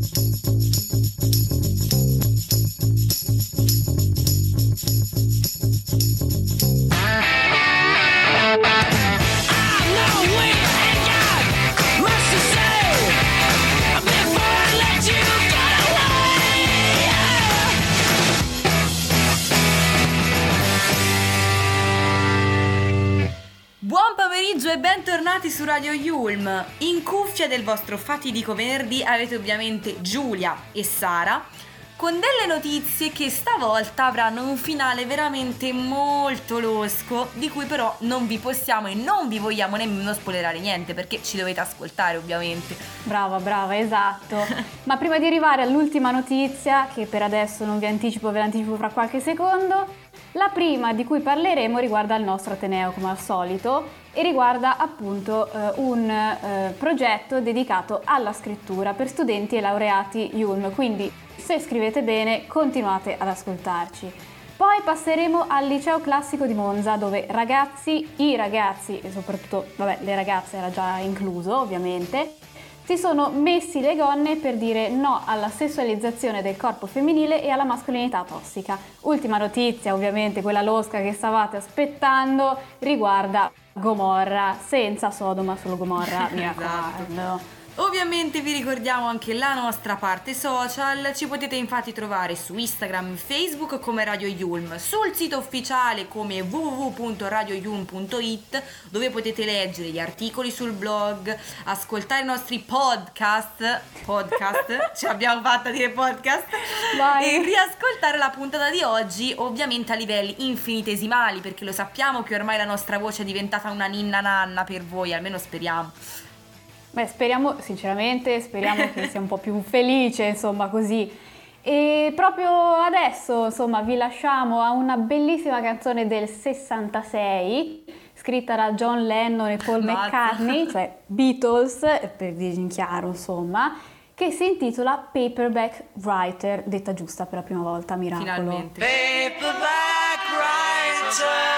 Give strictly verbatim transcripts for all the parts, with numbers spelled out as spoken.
E bentornati su Radio Yulm. In cuffia del vostro fatidico venerdì avete ovviamente Giulia e Sara con delle notizie che stavolta avranno un finale veramente molto losco, di cui però non vi possiamo e non vi vogliamo nemmeno spoilerare niente, perché ci dovete ascoltare ovviamente. Brava, brava, esatto. Ma prima di arrivare all'ultima notizia, che per adesso non vi anticipo, ve l'anticipo fra qualche secondo, la prima di cui parleremo riguarda il nostro Ateneo, come al solito, e riguarda appunto eh, un eh, progetto dedicato alla scrittura per studenti e laureati Yulm, quindi se scrivete bene continuate ad ascoltarci. Poi passeremo al liceo classico di Monza, dove ragazzi, i ragazzi e soprattutto, vabbè, le ragazze era già incluso ovviamente, si sono messi le gonne per dire no alla sessualizzazione del corpo femminile e alla mascolinità tossica. Ultima notizia, ovviamente, quella losca che stavate aspettando, riguarda Gomorra, senza Sodoma, solo Gomorra, mi raccomando. Esatto. Ovviamente vi ricordiamo anche la nostra parte social, ci potete infatti trovare su Instagram e Facebook come Radio Yulm, sul sito ufficiale come w w w punto radio yulm punto i t, dove potete leggere gli articoli sul blog, ascoltare i nostri podcast, podcast, ce l'abbiamo fatta a dire podcast, Vai. E riascoltare la puntata di oggi, ovviamente a livelli infinitesimali, perché lo sappiamo che ormai la nostra voce è diventata una ninna nanna per voi, almeno speriamo. Beh, speriamo, sinceramente, speriamo che sia un po' più felice, insomma, così. E proprio adesso, insomma, vi lasciamo a una bellissima canzone del sessantasei, scritta da John Lennon e Paul Mazza. McCartney, cioè Beatles, per dirci in chiaro, insomma, che si intitola Paperback Writer, detta giusta per la prima volta, miracolo. Finalmente. Paperback writer.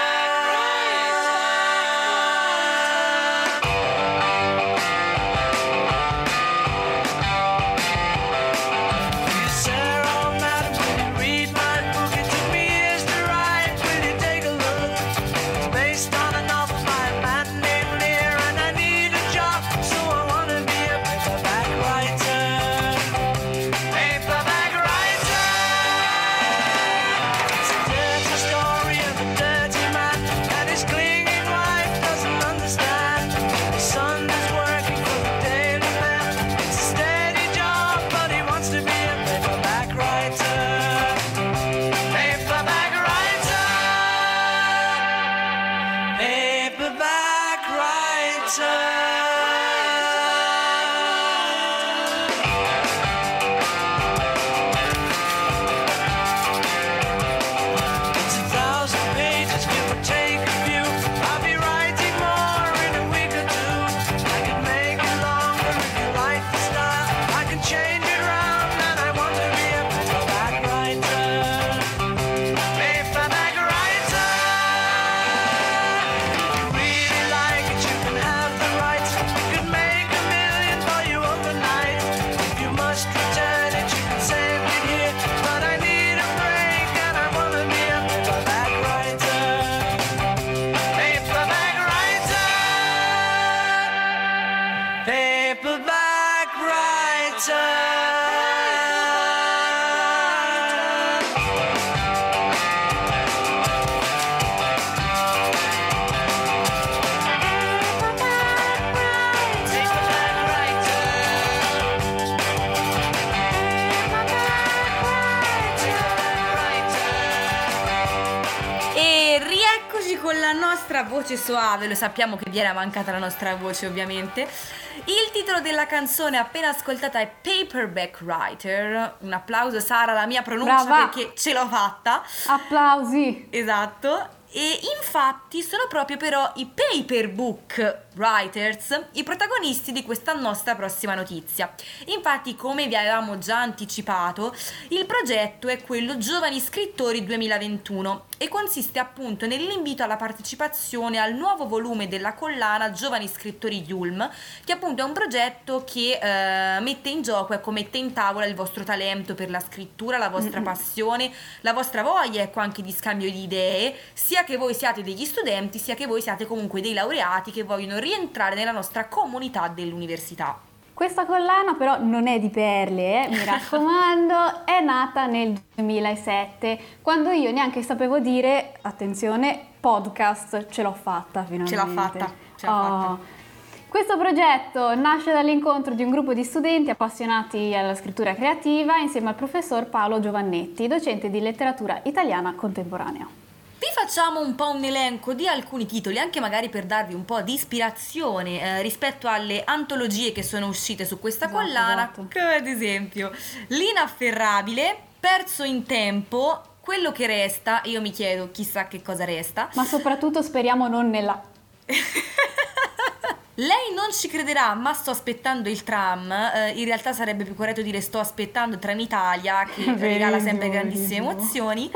Con la nostra voce soave, lo sappiamo che vi era mancata la nostra voce ovviamente. Il titolo della canzone appena ascoltata è Paperback Writer. Un applauso Sara alla mia pronuncia. Brava. Perché ce l'ho fatta. Applausi. Esatto. E infatti sono proprio però i paperbook writers i protagonisti di questa nostra prossima notizia. Infatti, come vi avevamo già anticipato, il progetto è quello Giovani Scrittori duemilaventuno e consiste appunto nell'invito alla partecipazione al nuovo volume della collana Giovani Scrittori Yulm, che appunto è un progetto che eh, mette in gioco, ecco, mette in tavola il vostro talento per la scrittura, la vostra mm-hmm. passione, la vostra voglia, ecco, anche di scambio di idee, sia che voi siate degli studenti, sia che voi siate comunque dei laureati che vogliono rientrare nella nostra comunità dell'università. Questa collana però non è di perle, eh, mi raccomando, è nata nel duemilasette, quando io neanche sapevo dire, attenzione, podcast, ce l'ho fatta finalmente. Ce l'ha fatta, ce l'ha oh. fatta. Questo progetto nasce dall'incontro di un gruppo di studenti appassionati alla scrittura creativa insieme al professor Paolo Giovannetti, docente di letteratura italiana contemporanea. Vi facciamo un po' un elenco di alcuni titoli, anche magari per darvi un po' di ispirazione eh, rispetto alle antologie che sono uscite su questa esatto, collana, esatto. come ad esempio L'inafferrabile, Perso in tempo, Quello che resta, io mi chiedo chissà che cosa resta. Ma soprattutto speriamo non nella... Lei non ci crederà, ma sto aspettando il tram, eh, in realtà sarebbe più corretto dire sto aspettando Trenitalia, che regala sempre grandissime emozioni.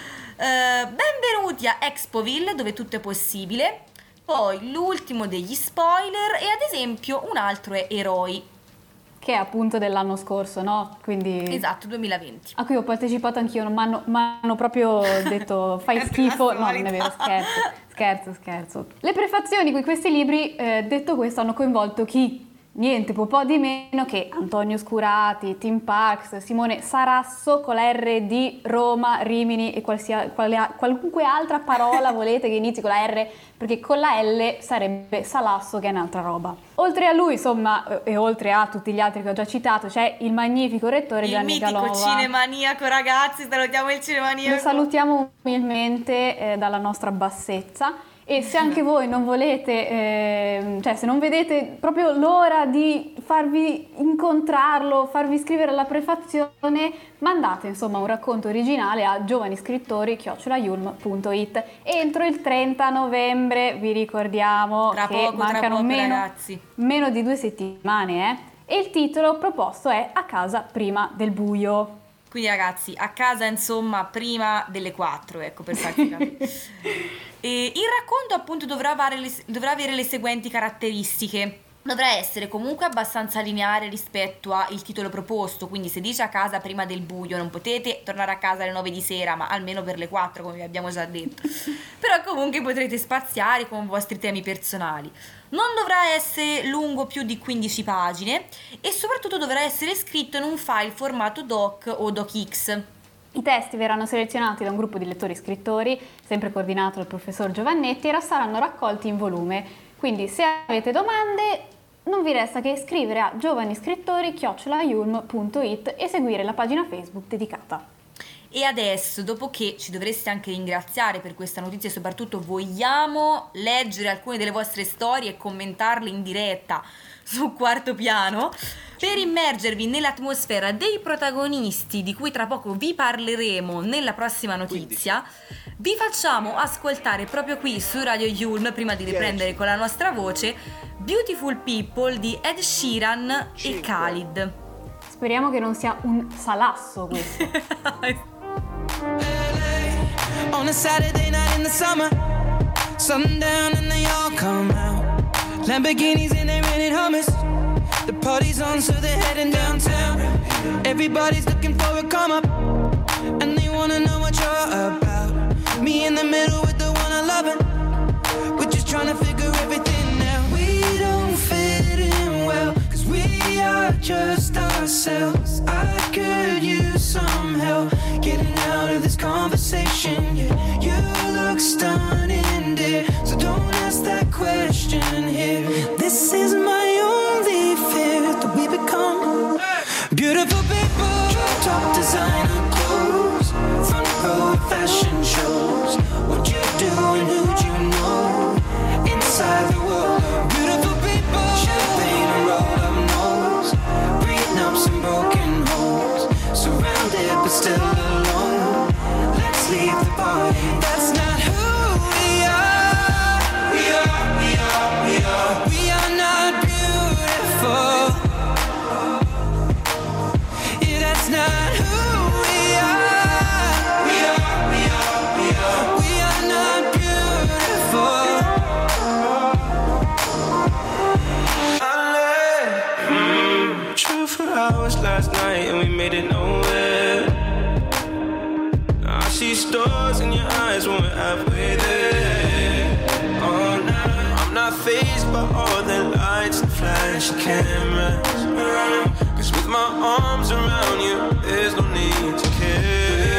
Uh, benvenuti a Expoville, dove tutto è possibile. Poi l'ultimo degli spoiler e ad esempio un altro è Eroi, che è appunto dell'anno scorso, no? Quindi... esatto, duemilaventi. A cui ho partecipato anch'io, ma hanno, hanno proprio detto fai schifo. No, non è vero, scherzo, scherzo, scherzo. Le prefazioni di questi libri, eh, detto questo, hanno coinvolto chi? Niente, po' po' di meno che Antonio Scurati, Tim Parks, Simone Sarasso con la R di Roma, Rimini e qualsia, quale, qualunque altra parola volete che inizi con la R, perché con la L sarebbe Salasso, che è un'altra roba. Oltre a lui, insomma, e oltre a tutti gli altri che ho già citato, c'è il magnifico rettore Gianni Calova. Il mitico Cinemaniaco, ragazzi, salutiamo il Cinemaniaco. Lo salutiamo umilmente eh, dalla nostra bassezza. E se anche voi non volete, eh, cioè se non vedete proprio l'ora di farvi incontrarlo, farvi scrivere la prefazione, mandate insomma un racconto originale a giovaniscrittori chiocciola yulm punto it. Entro il trenta novembre, vi ricordiamo tra che poco, mancano tra poco, meno, ragazzi. meno di due settimane, eh? E il titolo proposto è A casa prima del buio. Quindi ragazzi, a casa insomma prima delle quattro, ecco, per farvi capire. E il racconto appunto dovrà avere, le, dovrà avere le seguenti caratteristiche. Dovrà essere comunque abbastanza lineare rispetto al titolo proposto, quindi se dice a casa prima del buio non potete tornare a casa alle nove di sera, ma almeno per le quattro, come vi abbiamo già detto. Però comunque potrete spaziare con i vostri temi personali. Non dovrà essere lungo più di quindici pagine e soprattutto dovrà essere scritto in un file formato doc o docx. I testi verranno selezionati da un gruppo di lettori scrittori, sempre coordinato dal professor Giovannetti, e saranno raccolti in volume. Quindi se avete domande non vi resta che scrivere a giovaniscrittori chiocciola yulm punto it e seguire la pagina Facebook dedicata. E adesso, dopo che ci dovreste anche ringraziare per questa notizia e soprattutto vogliamo leggere alcune delle vostre storie e commentarle in diretta su Quarto Piano, per immergervi nell'atmosfera dei protagonisti di cui tra poco vi parleremo nella prossima notizia, vi facciamo ascoltare proprio qui su Radio Yulm, prima di riprendere con la nostra voce, Beautiful People di Ed Sheeran e Khalid. Speriamo che non sia un salasso questo. On a Saturday night in the summer, sundown and they all come out. Lamborghinis and they rented Hummers. The party's on, so they're heading downtown. Everybody's looking for a come up, and they wanna know what you're about. Me in the middle with the one I love it. We're just trying to figure everything out. We don't fit in well, cause we are just ourselves. I could use some help getting out of this conversation. Yeah, you look stunning, dear, so don't ask that question here. This is my only fear, that we become beautiful people. Top designer clothes, front row at fashion shows. What you do and who'd you know? Inside the world, beautiful people. Champagne and roll up nose, prenups and broken homes. Surrounded but still alone. Let's leave the party. That's not who we made it nowhere. I see stars in your eyes when we're halfway there. Oh, now I'm not fazed by all the lights and flash cameras. Cause with my arms around you, there's no need to care.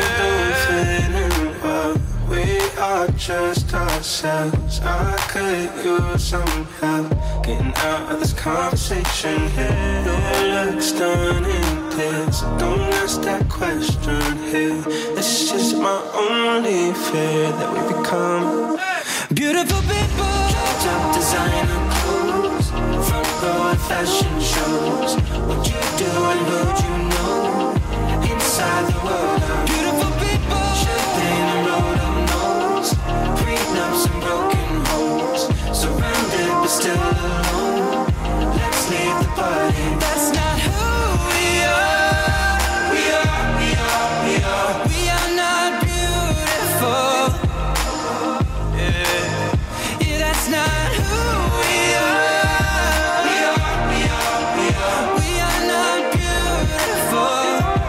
We are just ourselves. I could use some help getting out of this conversation here. Your looks done in tears, so don't ask that question here. It's just my only fear that we become beautiful people. Dropped up designer clothes, front row at fashion shows. What you do and who you know inside the world of beautiful people. Champagne and rolled up nose, prenups and broken homes. Surrounded but still alone. Let's leave the party. That's not who we are. We are, we are, we are. We are not beautiful. Yeah, yeah, that's not who we are. We are, we are, we are. We are not beautiful.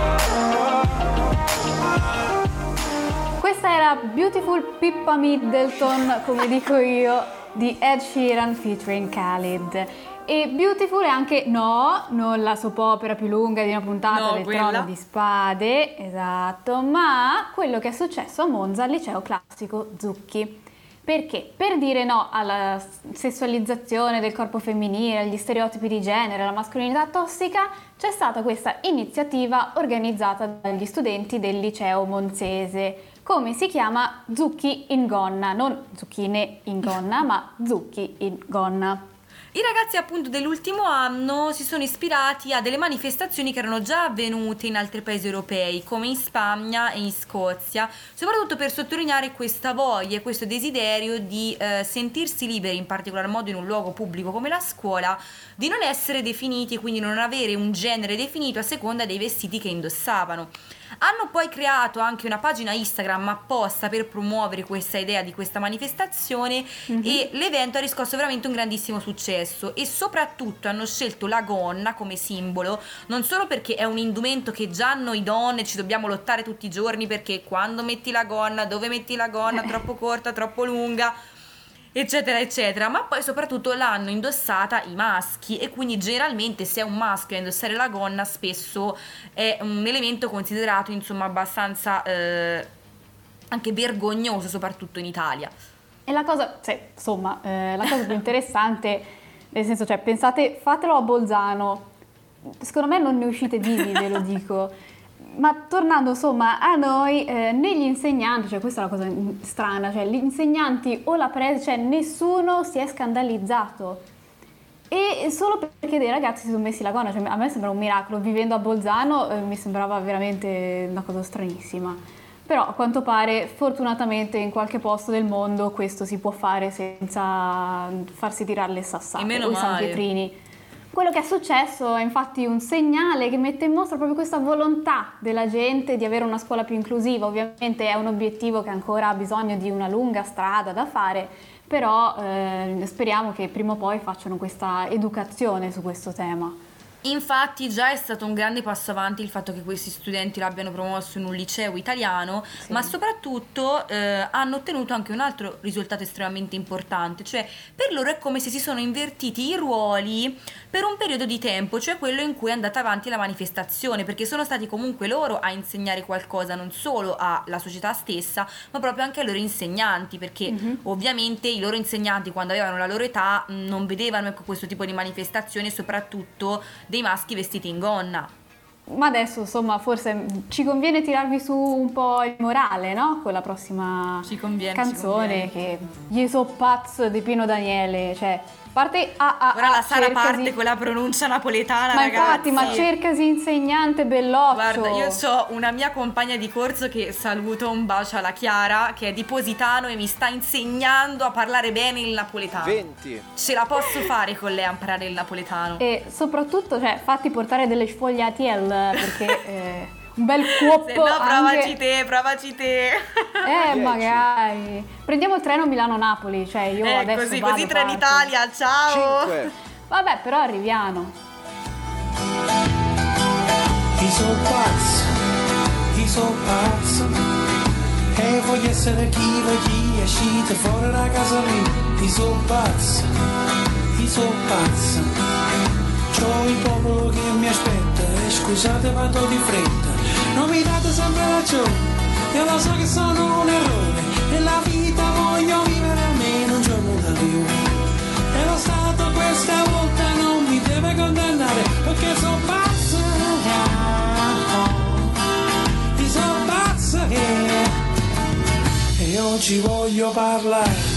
Questa era Beautiful Pippa Middleton, come dico io, di Ed Sheeran featuring Khalid. E Beautiful è anche, no, non la soap opera più lunga di una puntata No, del quella. Trono di Spade, esatto, ma quello che è successo a Monza al liceo classico Zucchi. Perché? Per dire no alla sessualizzazione del corpo femminile, agli stereotipi di genere, alla mascolinità tossica, c'è stata questa iniziativa organizzata dagli studenti del liceo monzese. Come si chiama? Zucchi in gonna, non zucchine in gonna, ma zucchi in gonna. I ragazzi appunto dell'ultimo anno si sono ispirati a delle manifestazioni che erano già avvenute in altri paesi europei, come in Spagna e in Scozia, soprattutto per sottolineare questa voglia e questo desiderio di eh, sentirsi liberi, in particolar modo in un luogo pubblico come la scuola, di non essere definiti e quindi non avere un genere definito a seconda dei vestiti che indossavano. Hanno poi creato anche una pagina Instagram apposta per promuovere questa idea di questa manifestazione, mm-hmm. e l'evento ha riscosso veramente un grandissimo successo e soprattutto hanno scelto la gonna come simbolo, non solo perché è un indumento che già noi donne ci dobbiamo lottare tutti i giorni, perché quando metti la gonna, dove metti la gonna, troppo corta, troppo lunga, eccetera eccetera, ma poi soprattutto l'hanno indossata i maschi e quindi generalmente se è un maschio a indossare la gonna spesso è un elemento considerato insomma abbastanza eh, anche vergognoso, soprattutto in Italia. E la cosa, cioè, insomma, eh, la cosa più interessante, nel senso, cioè, pensate, fatelo a Bolzano, secondo me non ne uscite vivi, ve lo dico. Ma tornando insomma a noi, eh, negli insegnanti, cioè questa è la cosa strana, cioè gli insegnanti o la presa, cioè nessuno si è scandalizzato. E solo perché dei ragazzi si sono messi la gonna, cioè a me sembra un miracolo, vivendo a Bolzano eh, mi sembrava veramente una cosa stranissima. Però a quanto pare fortunatamente in qualche posto del mondo questo si può fare senza farsi tirare le sassate e meno o i male. sanpietrini. Quello che è successo è infatti un segnale che mette in mostra proprio questa volontà della gente di avere una scuola più inclusiva. Ovviamente è un obiettivo che ancora ha bisogno di una lunga strada da fare, però eh, speriamo che prima o poi facciano questa educazione su questo tema. Infatti già è stato un grande passo avanti il fatto che questi studenti l'abbiano promosso in un liceo italiano, sì. Ma soprattutto eh, hanno ottenuto anche un altro risultato estremamente importante, cioè per loro è come se si sono invertiti i ruoli per un periodo di tempo, cioè quello in cui è andata avanti la manifestazione, perché sono stati comunque loro a insegnare qualcosa non solo alla società stessa, ma proprio anche ai loro insegnanti, perché mm-hmm. ovviamente i loro insegnanti quando avevano la loro età non vedevano ecco, questo tipo di manifestazioni, soprattutto dei maschi vestiti in gonna. Ma adesso insomma forse ci conviene tirarvi su un po' il morale, no? Con la prossima ci conviene, canzone ci conviene. Che Gli so pazz di Pino Daniele, cioè parte a a ora a, la Sara cercasi... parte con la pronuncia napoletana, ma ragazzi. infatti, ma cercasi insegnante belloccio. Guarda, io ho una mia compagna di corso che saluto, un bacio alla Chiara, che è di Positano e mi sta insegnando a parlare bene il napoletano. venti Ce la posso fare con lei a imparare il napoletano. E soprattutto, cioè, fatti portare delle sfogliatiel perché eh, un bel cuoppo. Se no provaci anche... te, provaci te. Eh, magari. Prendiamo il treno Milano-Napoli, cioè io eh, adesso così, vado, così parto. Trenitalia, ciao. cinque Vabbè, però arriviamo. io sono pazzo, io sono pazzo, e voglio essere chi va chi è uscito fuori da casa mia, io sono pazzo, io sono pazzo, c'ho il popolo che mi aspetta, e scusate vado di fretta, non mi date sempre ragione, io lo so che sono un errore, e la vita voglio vivere almeno un giorno da più, e lo Stato questa volta non mi deve condannare, perché sono pazzo, io sono pazzo, e oggi voglio parlare.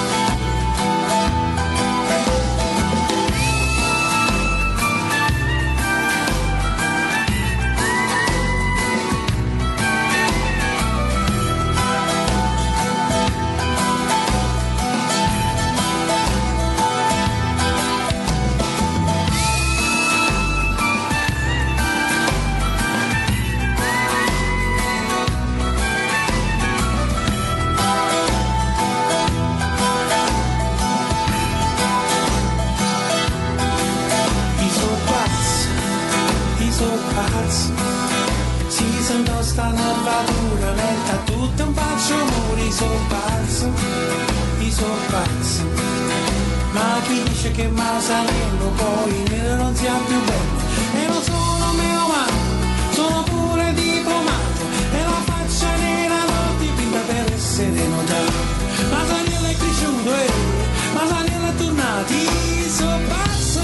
Si sento sta nervatura, metta tutto un faccio muri, so pazzo, io so pazzo. Ma chi dice che Masaniello poi il nero non sia più bello? E non sono meno male, sono pure diplomato, e la faccia nera non dipinta per essere notato. Masaniello è cresciuto, eh, Masaniello è tornato, io so pazzo,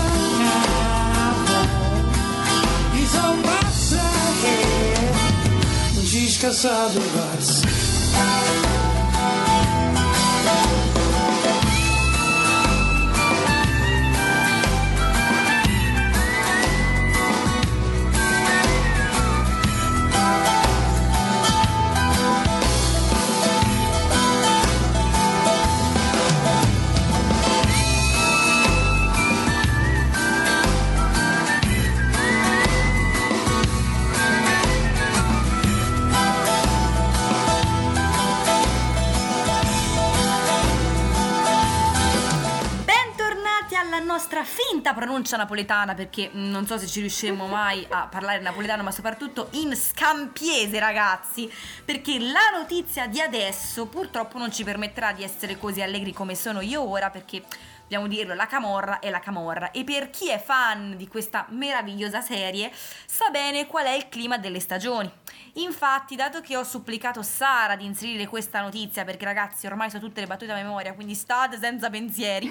io so pazzo, eh, non ci scassato pazzo. Nostra finta pronuncia napoletana, perché non so se ci riusciremo mai a parlare napoletano, ma soprattutto in scampiese, ragazzi, perché la notizia di adesso purtroppo non ci permetterà di essere così allegri come sono io ora, perché dobbiamo dirlo, la Camorra è la Camorra, e per chi è fan di questa meravigliosa serie sa bene qual è il clima delle stagioni. Infatti, dato che ho supplicato Sara di inserire questa notizia, perché ragazzi ormai so tutte le battute a memoria, quindi state senza pensieri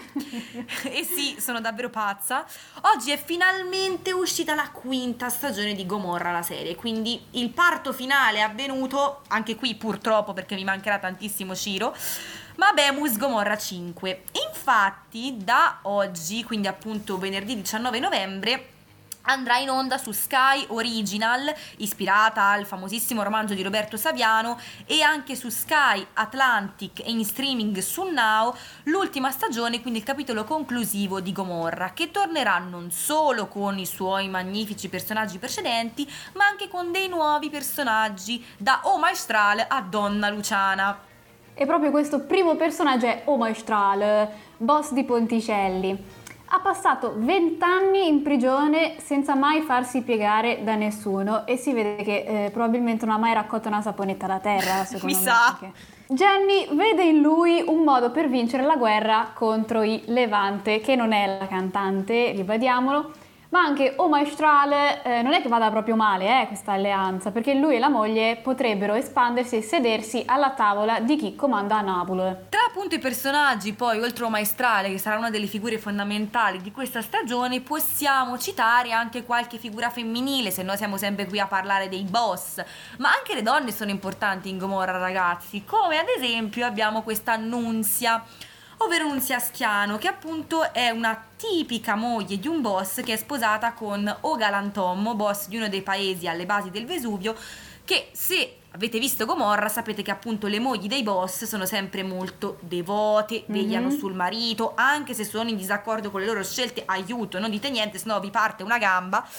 e sì, sono davvero pazza, oggi è finalmente uscita la quinta stagione di Gomorra, la serie, quindi il parto finale è avvenuto, anche qui purtroppo perché mi mancherà tantissimo Ciro, ma Bemus Gomorra cinque. Infatti da oggi, quindi appunto venerdì diciannove novembre, andrà in onda su Sky Original, ispirata al famosissimo romanzo di Roberto Saviano, e anche su Sky Atlantic e in streaming su Now, l'ultima stagione, quindi il capitolo conclusivo di Gomorra, che tornerà non solo con i suoi magnifici personaggi precedenti, ma anche con dei nuovi personaggi, da O Maestral a Donna Luciana. E proprio questo primo personaggio è O Maestral, boss di Ponticelli. Ha passato vent'anni in prigione senza mai farsi piegare da nessuno, e si vede che eh, probabilmente non ha mai raccolto una saponetta da terra, secondo Mi me. sa. Perché Jenny vede in lui un modo per vincere la guerra contro i Levante, che non è la cantante, ribadiamolo, ma anche O Maestral eh, non è che vada proprio male eh, questa alleanza, perché lui e la moglie potrebbero espandersi e sedersi alla tavola di chi comanda a Napoli. Tra appunto i personaggi, poi, oltre a Maestrale, che sarà una delle figure fondamentali di questa stagione, possiamo citare anche qualche figura femminile, se no siamo sempre qui a parlare dei boss. Ma anche le donne sono importanti in Gomorra, ragazzi, come ad esempio abbiamo questa Nunzia, ovvero Nunzia Schiano, che appunto è una tipica moglie di un boss che è sposata con O Galantommo, boss di uno dei paesi alle basi del Vesuvio, che se avete visto Gomorra sapete che appunto le mogli dei boss sono sempre molto devote, vegliano mm-hmm. sul marito, anche se sono in disaccordo con le loro scelte, aiuto, non dite niente, sennò vi parte una gamba.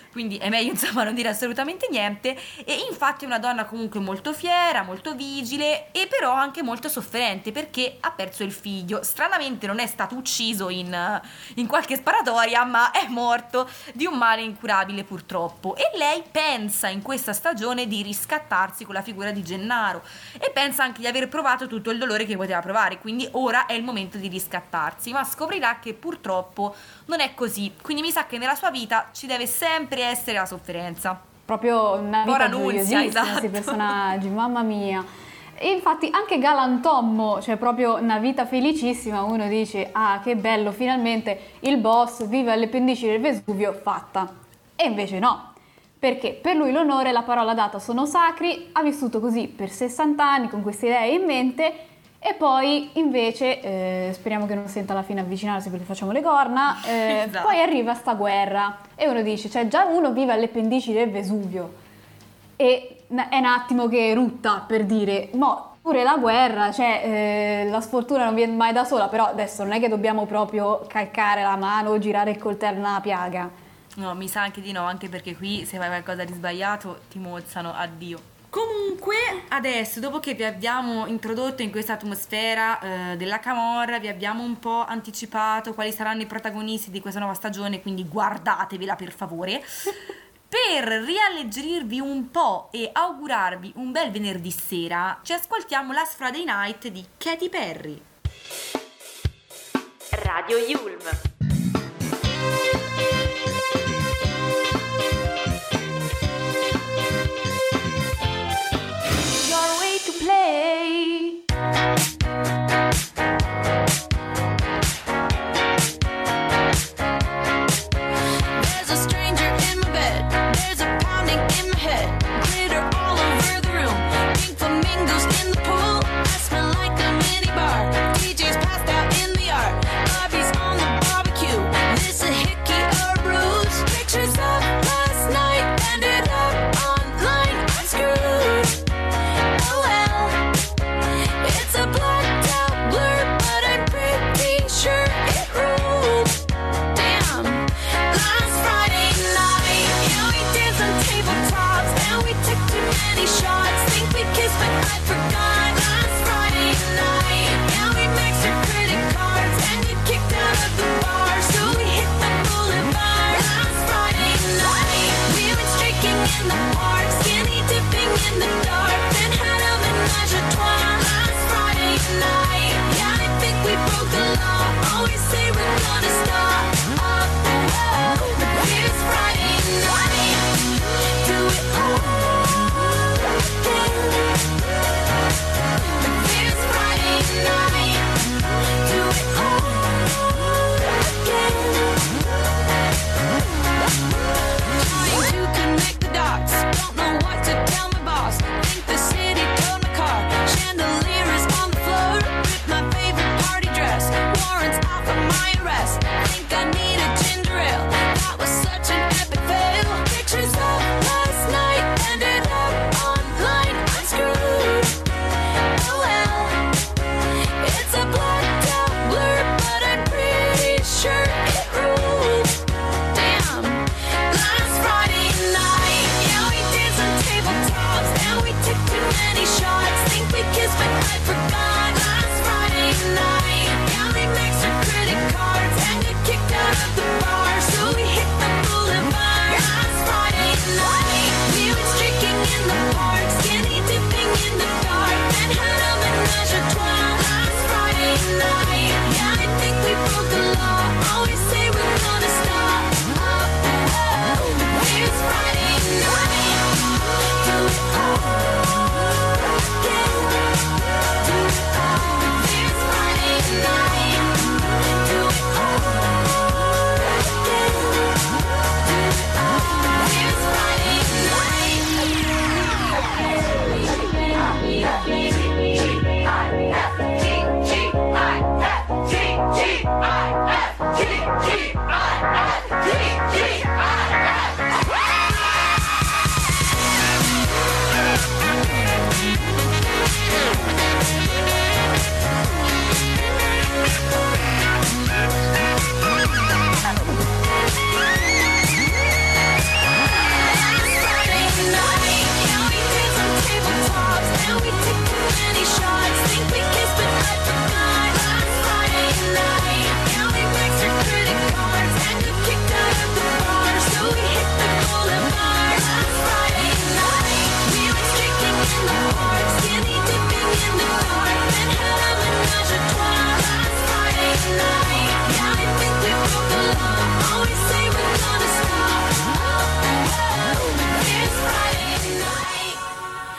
quindi è meglio insomma non dire assolutamente niente. E infatti è una donna comunque molto fiera, molto vigile e però anche molto sofferente perché ha perso il figlio. Stranamente non è stato ucciso in, in qualche sparatoria, ma è morto di un male incurabile purtroppo. E lei pensa in questa stagione di riscattarsi con la figura di Gennaro e pensa anche di aver provato tutto il dolore che poteva provare, quindi ora è il momento di riscattarsi, ma scoprirà che purtroppo non è così, quindi mi sa che nella sua vita ci deve sempre essere la sofferenza. Proprio una vita Nunzia, gioiosissima, esatto. questi personaggi, mamma mia. E infatti anche Galantommo, cioè proprio una vita felicissima, uno dice ah che bello, finalmente il boss vive alle pendici del Vesuvio, fatta. E invece no, perché per lui l'onore e la parola data sono sacri, ha vissuto così per sessanta anni con queste idee in mente. E poi invece, eh, speriamo che non senta alla fine avvicinarsi perché facciamo le corna, eh, Esatto. poi arriva sta guerra e uno dice, cioè già uno vive alle pendici del Vesuvio e n- è un attimo che rutta per dire, no, pure la guerra, cioè eh, la sfortuna non viene mai da sola, però adesso non è che dobbiamo proprio calcare la mano o girare il coltello nella piaga. No, mi sa anche di no, anche perché qui se fai qualcosa di sbagliato ti mozzano, addio. Comunque adesso, dopo che vi abbiamo introdotto in questa atmosfera eh, della camorra, vi abbiamo un po' anticipato quali saranno i protagonisti di questa nuova stagione, quindi guardatevela per favore. Per rialleggerirvi un po' e augurarvi un bel venerdì sera, ci ascoltiamo Last Friday Night di Katy Perry. Radio Yulm. Play. There's a stranger in my bed. There's a pounding in my head. Glitter all over the room. Pink flamingos in the pool. I smell like a mini bar. D J's passed out in the yard. Bobby's on the barbecue. This a hickey or a bruise. Pictures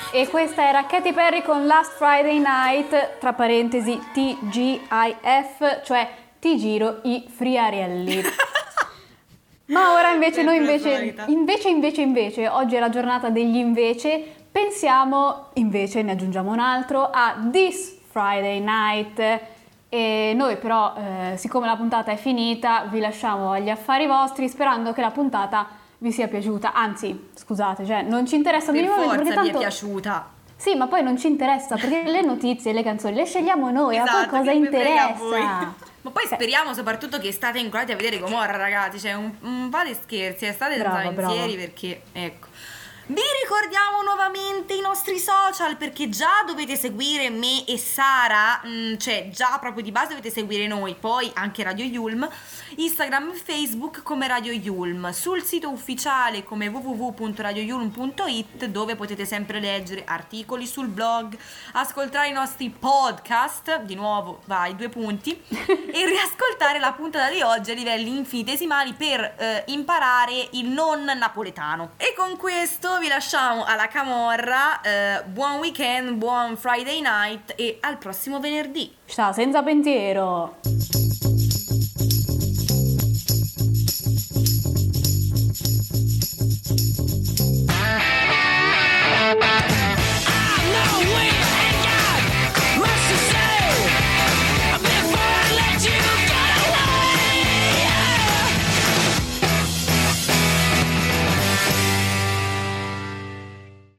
E questa era Katy Perry con Last Friday Night, tra parentesi T G I F, cioè ti giro i friarielli. Ma ora invece noi invece, invece, invece, invece, oggi è la giornata degli invece, pensiamo, invece ne aggiungiamo un altro, a This Friday Night. E noi però, eh, siccome la puntata è finita, vi lasciamo agli affari vostri, sperando che la puntata vi sia piaciuta. Anzi, scusate, cioè non ci interessa minimamente perché tanto... vi è piaciuta. Sì, ma poi non ci interessa perché le notizie e le canzoni le scegliamo noi, esatto, a voi cosa interessa? Ma poi speriamo soprattutto che state inculati a vedere Gomorra, ragazzi, cioè un, un po' di scherzi, state senza pensieri perché, ecco. Vi ricordiamo nuovamente i nostri social perché già dovete seguire me e Sara, mh, cioè già proprio di base dovete seguire noi, poi anche Radio Yulm, Instagram e Facebook come Radio Yulm, sul sito ufficiale come w w w punto radio yulm punto i t dove potete sempre leggere articoli sul blog, ascoltare i nostri podcast, di nuovo vai due punti, e riascoltare la puntata di oggi a livelli infinitesimali per eh, imparare il non napoletano. E con questo vi lasciamo alla camorra, eh, buon weekend, buon Friday night e al prossimo venerdì. Ciao senza pensiero!